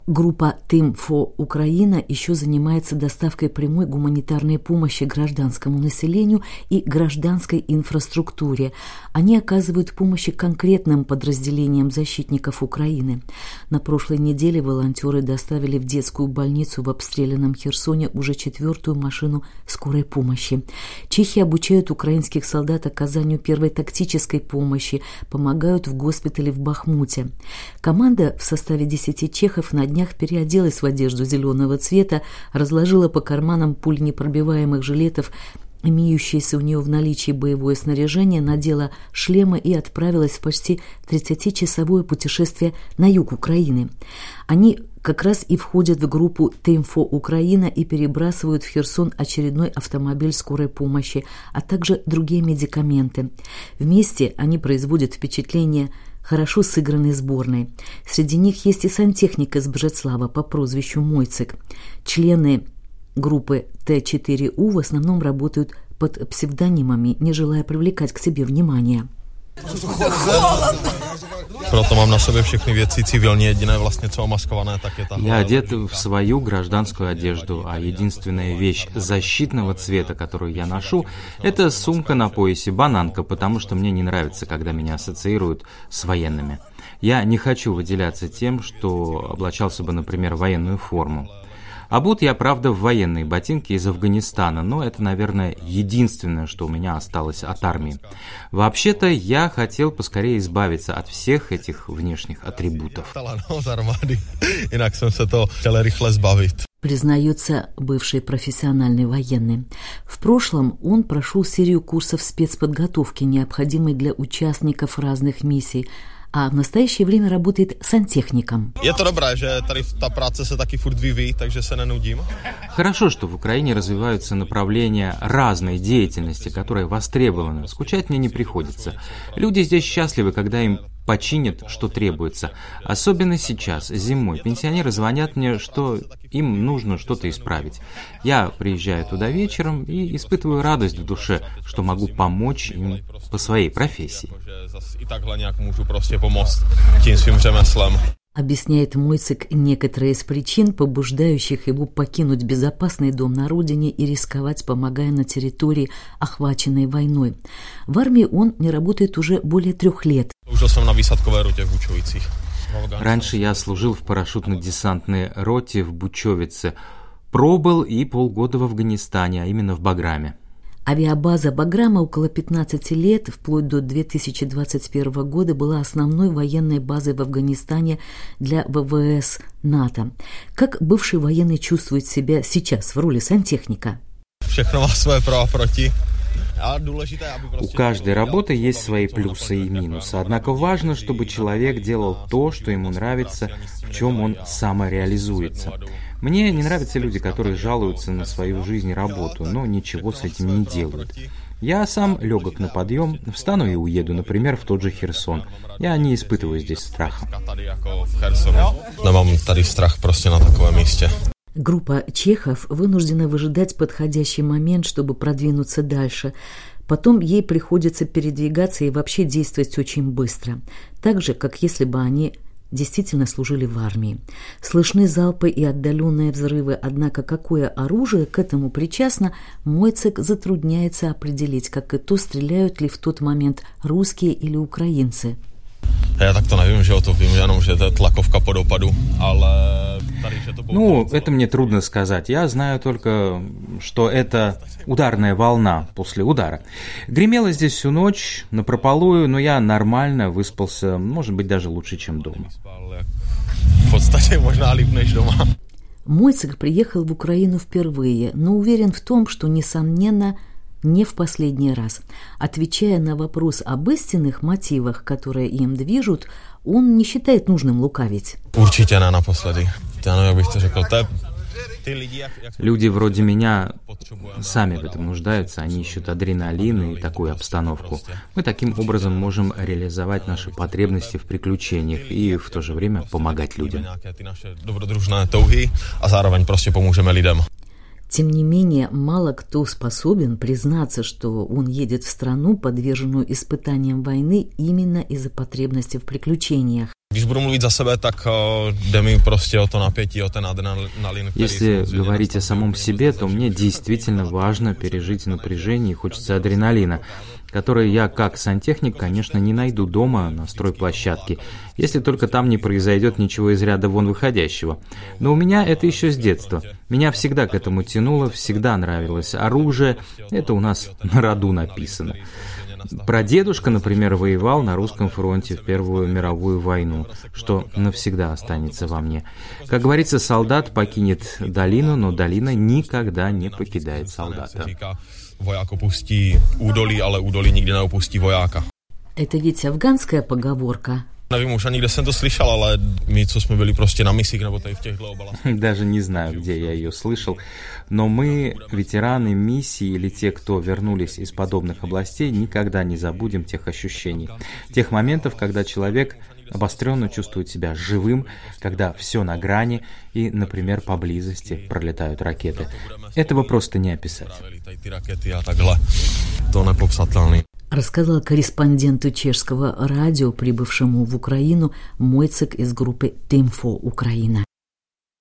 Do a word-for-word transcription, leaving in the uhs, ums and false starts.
Группа Team for Ukraine еще занимается доставкой прямой гуманитарной помощи гражданскому населению и гражданской инфраструктуре. Они оказывают помощь конкретным подразделениям защитников Украины. На прошлой неделе волонтеры доставили в детскую больницу в обстрелянном Херсоне уже четвертую машину скорой помощи. Чехи обучают украинских солдат оказанию первой тактической помощи, помогают в госпитале в Бахмуте. Команда в составе десяти чехов на днях переоделась в одежду зеленого цвета, разложила по карманам пуленепробиваемых жилетов имеющееся у нее в наличии боевое снаряжение, надела шлемы и отправилась в почти тридцатичасовое путешествие на юг Украины. Они как раз и входят в группу Team for Ukraine и перебрасывают в Херсон очередной автомобиль скорой помощи, а также другие медикаменты. Вместе они производят впечатление хорошо сыгранной сборной. Среди них есть и сантехник из Бжеслава по прозвищу Мойцек. Члены группы Т четыре У в основном работают под псевдонимами, не желая привлекать к себе внимание. Proto mám na sobě všechny věci civilní, jediné vlastně, co маскованное, так это. Я одет в свою гражданскую одежду, а единственная вещь защитного цвета, которую я ношу, это сумка на поясе, бананка, потому что мне не нравится, когда меня ассоциируют с военными. Я не хочу выделяться тем, что облачался бы, например, в военную форму. Обут я, правда, в военные ботинки из Афганистана, но это, наверное, единственное, что у меня осталось от армии. Вообще-то, я хотел поскорее избавиться от всех этих внешних атрибутов. Признается бывший профессиональный военный. В прошлом он прошел серию курсов спецподготовки, необходимой для участников разных миссий, а в настоящее время работает сантехником. Хорошо, что в Украине развиваются направления разной деятельности, которые востребованы. Скучать мне не приходится. Люди здесь счастливы, когда им починят, что требуется. Особенно сейчас, зимой. Пенсионеры звонят мне, что им нужно что-то исправить. Я приезжаю туда вечером и испытываю радость в душе, что могу помочь им по своей профессии. Объясняет Мойцек некоторые из причин, побуждающих его покинуть безопасный дом на родине и рисковать, помогая на территории, охваченной войной. В армии он не работает уже более трех лет. Раньше я служил в парашютно-десантной роте в Бучовице. Пробыл и полгода в Афганистане, а именно в Баграме. Авиабаза Баграма около пятнадцати лет, вплоть до две тысячи двадцать первого года, была основной военной базой в Афганистане для ВВС НАТО. Как бывший военный чувствует себя сейчас в роли сантехника? У каждой работы есть свои плюсы и минусы, однако важно, чтобы человек делал то, что ему нравится, в чем он самореализуется. Мне не нравятся люди, которые жалуются на свою жизнь и работу, но ничего с этим не делают. Я сам легок на подъем, встану и уеду, например, в тот же Херсон. Я не испытываю здесь страха. Nemám tady strach prostě na takovém místě. Группа чехов вынуждена выжидать подходящий момент, чтобы продвинуться дальше. Потом ей приходится передвигаться и вообще действовать очень быстро. Так же, как если бы они действительно служили в армии. Слышны залпы и отдаленные взрывы, однако какое оружие к этому причастно, Мойцек затрудняется определить, как и то, стреляют ли в тот момент русские или украинцы. Я так-то nevím, že o to vím, jenom, že to je tlakovka po dopadu, ale tady, že to... Ну, это мне трудно сказать. Я знаю только, что это ударная волна после удара. Гремело здесь всю ночь, напропалую, но я нормально выспался, может быть, даже лучше, чем дома. В подстате možná líp než doma. Мойцек приехал в Украину впервые, но уверен в том, что, несомненно, не в последний раз. Отвечая на вопрос об истинных мотивах, которые им движут, он не считает нужным лукавить. Určitě ne naposledy. Já nevím, jak bych to řekl. Люди вроде меня сами в этом нуждаются, они ищут адреналин и такую обстановку. Мы таким образом можем реализовать наши потребности в приключениях и в то же время помогать людям. Тем не менее, мало кто способен признаться, что он едет в страну, подверженную испытаниям войны, именно из-за потребности в приключениях. Если говорить о самом себе, то мне действительно важно пережить напряжение и хочется адреналина, которое я, как сантехник, конечно, не найду дома на стройплощадке, если только там не произойдет ничего из ряда вон выходящего. Но у меня это еще с детства. Меня всегда к этому тянуло, всегда нравилось оружие, это у нас на роду написано. Прадедушка, например, воевал на русском фронте в Первую мировую войну, что навсегда останется во мне. Как говорится, солдат покинет долину, но долина никогда не покидает солдата. Это ведь афганская поговорка. Nevím už ani, kde jsem to slyšel, ale my, co jsme byli prostě na misích nebo tady v těchto oblastech. Даже не знаю, где я ее слышал, но мы, ветераны миссии или те, кто вернулись из подобных областей, никогда не забудем тех ощущений, тех моментов, когда человек обостренно чувствует себя живым, когда все на грани и, например, поблизости пролетают ракеты. Этого просто не описать. Рассказал корреспонденту чешского радио, прибывшему в Украину, Мойцек из группы Тимфо Украина.